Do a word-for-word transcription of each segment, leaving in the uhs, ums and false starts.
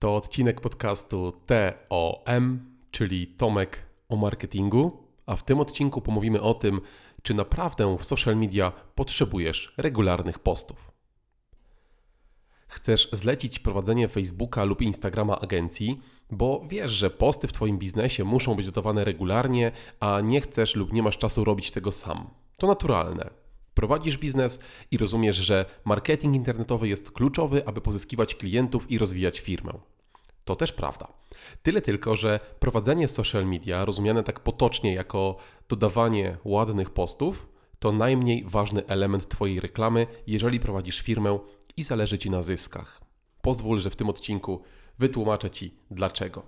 To odcinek podcastu T O M, czyli Tomek o marketingu, a w tym odcinku pomówimy o tym, czy naprawdę w social media potrzebujesz regularnych postów. Chcesz zlecić prowadzenie Facebooka lub Instagrama agencji, bo wiesz, że posty w Twoim biznesie muszą być dodawane regularnie, a nie chcesz lub nie masz czasu robić tego sam. To naturalne. Prowadzisz biznes i rozumiesz, że marketing internetowy jest kluczowy, aby pozyskiwać klientów i rozwijać firmę. To też prawda. Tyle tylko, że prowadzenie social media, rozumiane tak potocznie jako dodawanie ładnych postów, to najmniej ważny element Twojej reklamy, jeżeli prowadzisz firmę i zależy Ci na zyskach. Pozwól, że w tym odcinku wytłumaczę Ci dlaczego.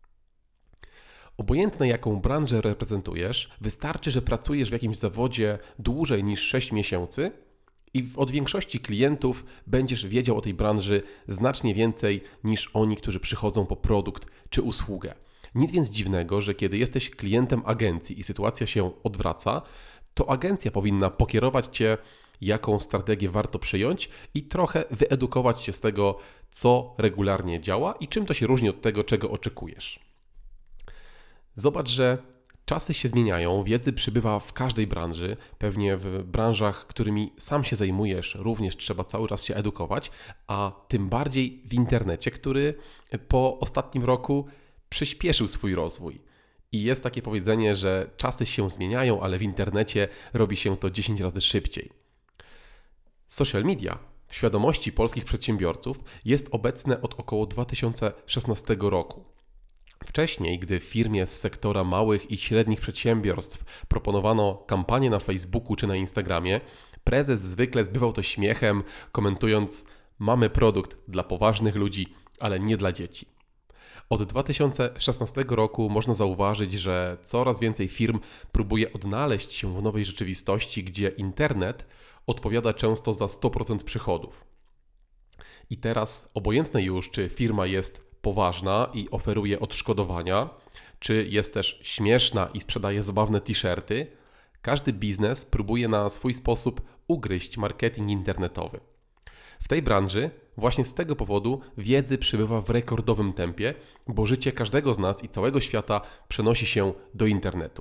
Obojętne jaką branżę reprezentujesz, wystarczy, że pracujesz w jakimś zawodzie dłużej niż sześć miesięcy i od większości klientów będziesz wiedział o tej branży znacznie więcej niż oni, którzy przychodzą po produkt czy usługę. Nic więc dziwnego, że kiedy jesteś klientem agencji i sytuacja się odwraca, to agencja powinna pokierować Cię, jaką strategię warto przyjąć i trochę wyedukować Cię z tego, co regularnie działa i czym to się różni od tego, czego oczekujesz. Zobacz, że czasy się zmieniają, wiedzy przybywa w każdej branży, pewnie w branżach, którymi sam się zajmujesz, również trzeba cały czas się edukować, a tym bardziej w internecie, który po ostatnim roku przyspieszył swój rozwój. I jest takie powiedzenie, że czasy się zmieniają, ale w internecie robi się to dziesięć razy szybciej. Social media w świadomości polskich przedsiębiorców jest obecne od około dwa tysiące szesnastego roku. Wcześniej, gdy w firmie z sektora małych i średnich przedsiębiorstw proponowano kampanię na Facebooku czy na Instagramie, prezes zwykle zbywał to śmiechem, komentując: mamy produkt dla poważnych ludzi, ale nie dla dzieci. Od dwa tysiące szesnastego roku można zauważyć, że coraz więcej firm próbuje odnaleźć się w nowej rzeczywistości, gdzie internet odpowiada często za sto procent przychodów. I teraz obojętne już, czy firma jest poważna i oferuje odszkodowania, czy jest też śmieszna i sprzedaje zabawne t-shirty, każdy biznes próbuje na swój sposób ugryźć marketing internetowy. W tej branży właśnie z tego powodu wiedzy przybywa w rekordowym tempie, bo życie każdego z nas i całego świata przenosi się do internetu.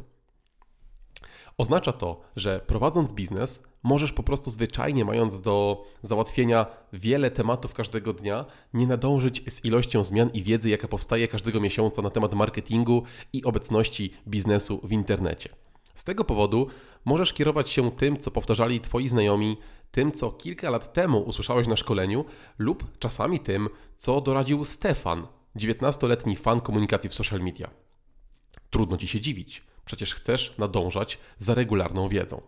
Oznacza to, że prowadząc biznes, możesz po prostu zwyczajnie, mając do załatwienia wiele tematów każdego dnia, nie nadążyć z ilością zmian i wiedzy, jaka powstaje każdego miesiąca na temat marketingu i obecności biznesu w internecie. Z tego powodu możesz kierować się tym, co powtarzali Twoi znajomi, tym, co kilka lat temu usłyszałeś na szkoleniu, lub czasami tym, co doradził Stefan, dziewiętnastoletni fan komunikacji w social media. Trudno Ci się dziwić. Przecież chcesz nadążać za regularną wiedzą.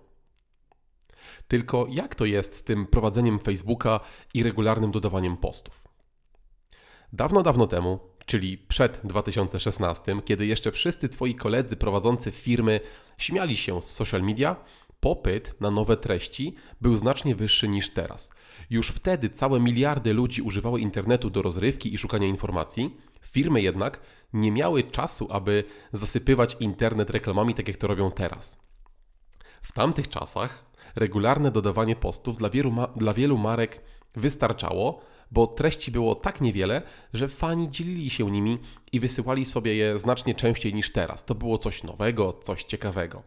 Tylko jak to jest z tym prowadzeniem Facebooka i regularnym dodawaniem postów? Dawno, dawno temu, czyli przed dwa tysiące szesnastym, kiedy jeszcze wszyscy Twoi koledzy prowadzący firmy śmiali się z social media, popyt na nowe treści był znacznie wyższy niż teraz. Już wtedy całe miliardy ludzi używały internetu do rozrywki i szukania informacji. Firmy jednak nie miały czasu, aby zasypywać internet reklamami, tak jak to robią teraz. W tamtych czasach regularne dodawanie postów dla wielu, ma- dla wielu marek wystarczało, bo treści było tak niewiele, że fani dzielili się nimi i wysyłali sobie je znacznie częściej niż teraz. To było coś nowego, coś ciekawego.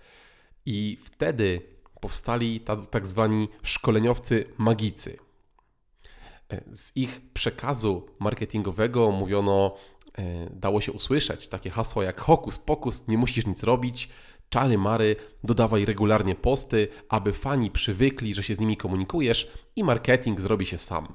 I wtedy powstali tacy tak zwani szkoleniowcy magicy. Z ich przekazu marketingowego mówiono, dało się usłyszeć takie hasła jak hokus pokus, nie musisz nic robić, czary mary, dodawaj regularnie posty, aby fani przywykli, że się z nimi komunikujesz i marketing zrobi się sam.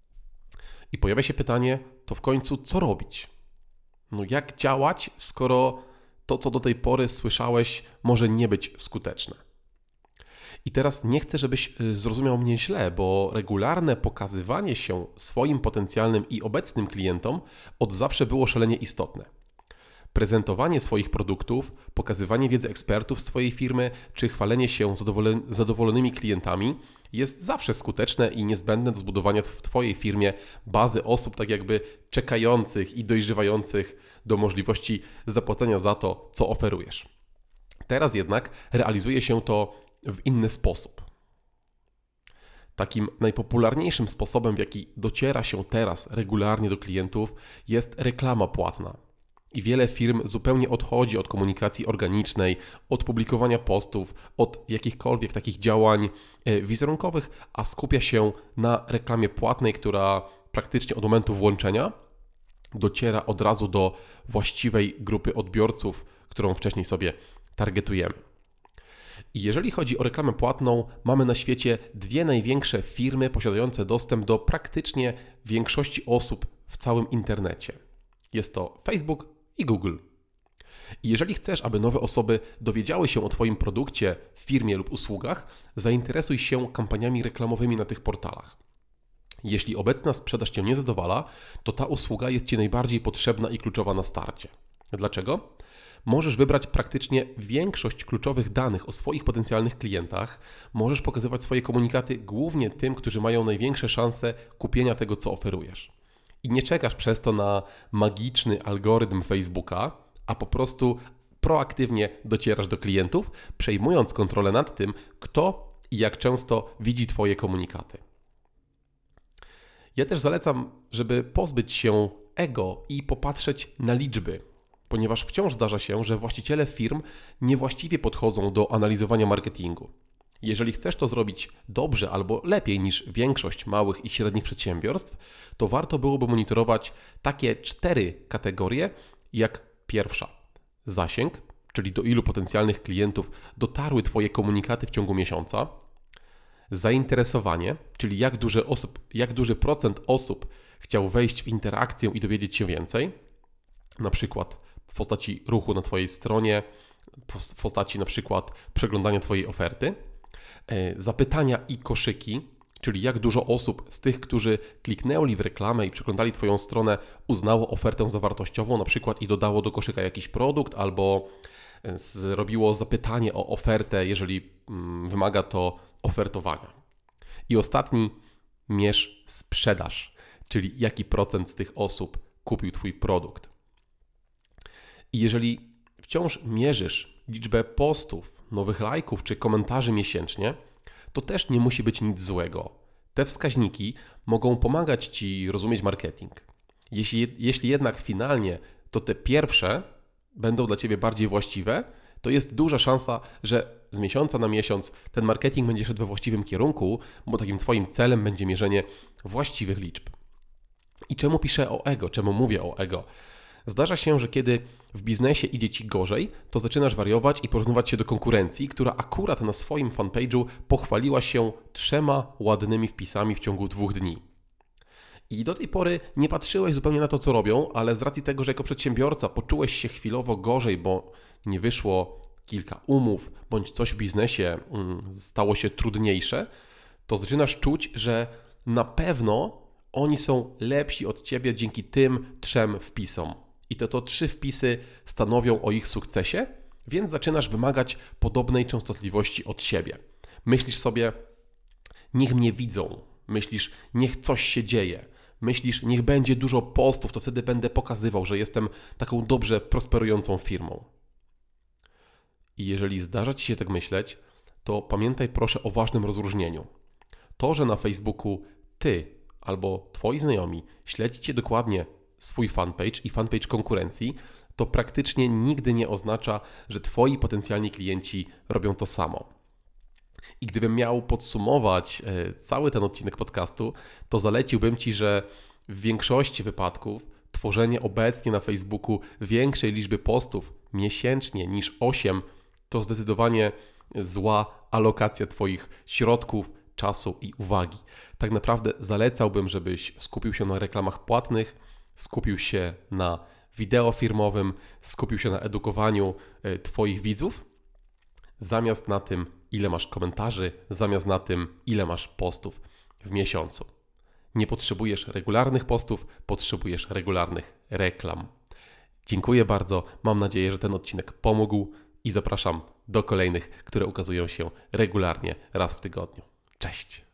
I pojawia się pytanie, to w końcu co robić? No jak działać, skoro to, co do tej pory słyszałeś, może nie być skuteczne? I teraz nie chcę, żebyś zrozumiał mnie źle, bo regularne pokazywanie się swoim potencjalnym i obecnym klientom od zawsze było szalenie istotne. Prezentowanie swoich produktów, pokazywanie wiedzy ekspertów swojej firmy, czy chwalenie się zadowolonymi klientami jest zawsze skuteczne i niezbędne do zbudowania w Twojej firmie bazy osób tak jakby czekających i dojrzewających do możliwości zapłacenia za to, co oferujesz. Teraz jednak realizuje się to w inny sposób. Takim najpopularniejszym sposobem, w jaki dociera się teraz regularnie do klientów, jest reklama płatna. I wiele firm zupełnie odchodzi od komunikacji organicznej, od publikowania postów, od jakichkolwiek takich działań wizerunkowych, a skupia się na reklamie płatnej, która praktycznie od momentu włączenia dociera od razu do właściwej grupy odbiorców, którą wcześniej sobie targetujemy. I jeżeli chodzi o reklamę płatną, mamy na świecie dwie największe firmy posiadające dostęp do praktycznie większości osób w całym internecie. Jest to Facebook i Google. I jeżeli chcesz, aby nowe osoby dowiedziały się o Twoim produkcie, firmie lub usługach, zainteresuj się kampaniami reklamowymi na tych portalach. Jeśli obecna sprzedaż Cię nie zadowala, to ta usługa jest Ci najbardziej potrzebna i kluczowa na starcie. Dlaczego? Możesz wybrać praktycznie większość kluczowych danych o swoich potencjalnych klientach, możesz pokazywać swoje komunikaty głównie tym, którzy mają największe szanse kupienia tego, co oferujesz. I nie czekasz przez to na magiczny algorytm Facebooka, a po prostu proaktywnie docierasz do klientów, przejmując kontrolę nad tym, kto i jak często widzi Twoje komunikaty. Ja też zalecam, żeby pozbyć się ego i popatrzeć na liczby, ponieważ wciąż zdarza się, że właściciele firm niewłaściwie podchodzą do analizowania marketingu. Jeżeli chcesz to zrobić dobrze albo lepiej niż większość małych i średnich przedsiębiorstw, to warto byłoby monitorować takie cztery kategorie, jak pierwsza zasięg, czyli do ilu potencjalnych klientów dotarły Twoje komunikaty w ciągu miesiąca, zainteresowanie, czyli jak duży, osób, jak duży procent osób chciał wejść w interakcję i dowiedzieć się więcej, na przykład w postaci ruchu na Twojej stronie, w postaci na przykład przeglądania Twojej oferty, zapytania i koszyki, czyli jak dużo osób z tych, którzy kliknęli w reklamę i przeglądali Twoją stronę, uznało ofertę za wartościową, na przykład i dodało do koszyka jakiś produkt albo zrobiło zapytanie o ofertę, jeżeli wymaga to ofertowania. I ostatni, mierz sprzedaż, czyli jaki procent z tych osób kupił Twój produkt. I jeżeli wciąż mierzysz liczbę postów, nowych lajków czy komentarzy miesięcznie, to też nie musi być nic złego. Te wskaźniki mogą pomagać Ci rozumieć marketing. Jeśli, jeśli jednak finalnie to te pierwsze będą dla Ciebie bardziej właściwe, to jest duża szansa, że z miesiąca na miesiąc ten marketing będzie szedł we właściwym kierunku, bo takim Twoim celem będzie mierzenie właściwych liczb. I czemu piszę o ego? Czemu mówię o ego? Zdarza się, że kiedy w biznesie idzie Ci gorzej, to zaczynasz wariować i porównywać się do konkurencji, która akurat na swoim fanpage'u pochwaliła się trzema ładnymi wpisami w ciągu dwóch dni. I do tej pory nie patrzyłeś zupełnie na to, co robią, ale z racji tego, że jako przedsiębiorca poczułeś się chwilowo gorzej, bo nie wyszło kilka umów, bądź coś w biznesie stało się trudniejsze, to zaczynasz czuć, że na pewno oni są lepsi od Ciebie dzięki tym trzem wpisom. I te to trzy wpisy stanowią o ich sukcesie, więc zaczynasz wymagać podobnej częstotliwości od siebie. Myślisz sobie, niech mnie widzą. Myślisz, niech coś się dzieje. Myślisz, niech będzie dużo postów, to wtedy będę pokazywał, że jestem taką dobrze prosperującą firmą. I jeżeli zdarza Ci się tak myśleć, to pamiętaj proszę o ważnym rozróżnieniu. To, że na Facebooku Ty albo Twoi znajomi śledzicie dokładnie swój fanpage i fanpage konkurencji, to praktycznie nigdy nie oznacza, że Twoi potencjalni klienci robią to samo. I gdybym miał podsumować cały ten odcinek podcastu, to zaleciłbym Ci, że w większości wypadków tworzenie obecnie na Facebooku większej liczby postów miesięcznie niż osiem to zdecydowanie zła alokacja Twoich środków, czasu i uwagi. Tak naprawdę zalecałbym, żebyś skupił się na reklamach płatnych, skupił się na wideo firmowym, skupił się na edukowaniu Twoich widzów, zamiast na tym, ile masz komentarzy, zamiast na tym, ile masz postów w miesiącu. Nie potrzebujesz regularnych postów, potrzebujesz regularnych reklam. Dziękuję bardzo, mam nadzieję, że ten odcinek pomógł i zapraszam do kolejnych, które ukazują się regularnie raz w tygodniu. Cześć!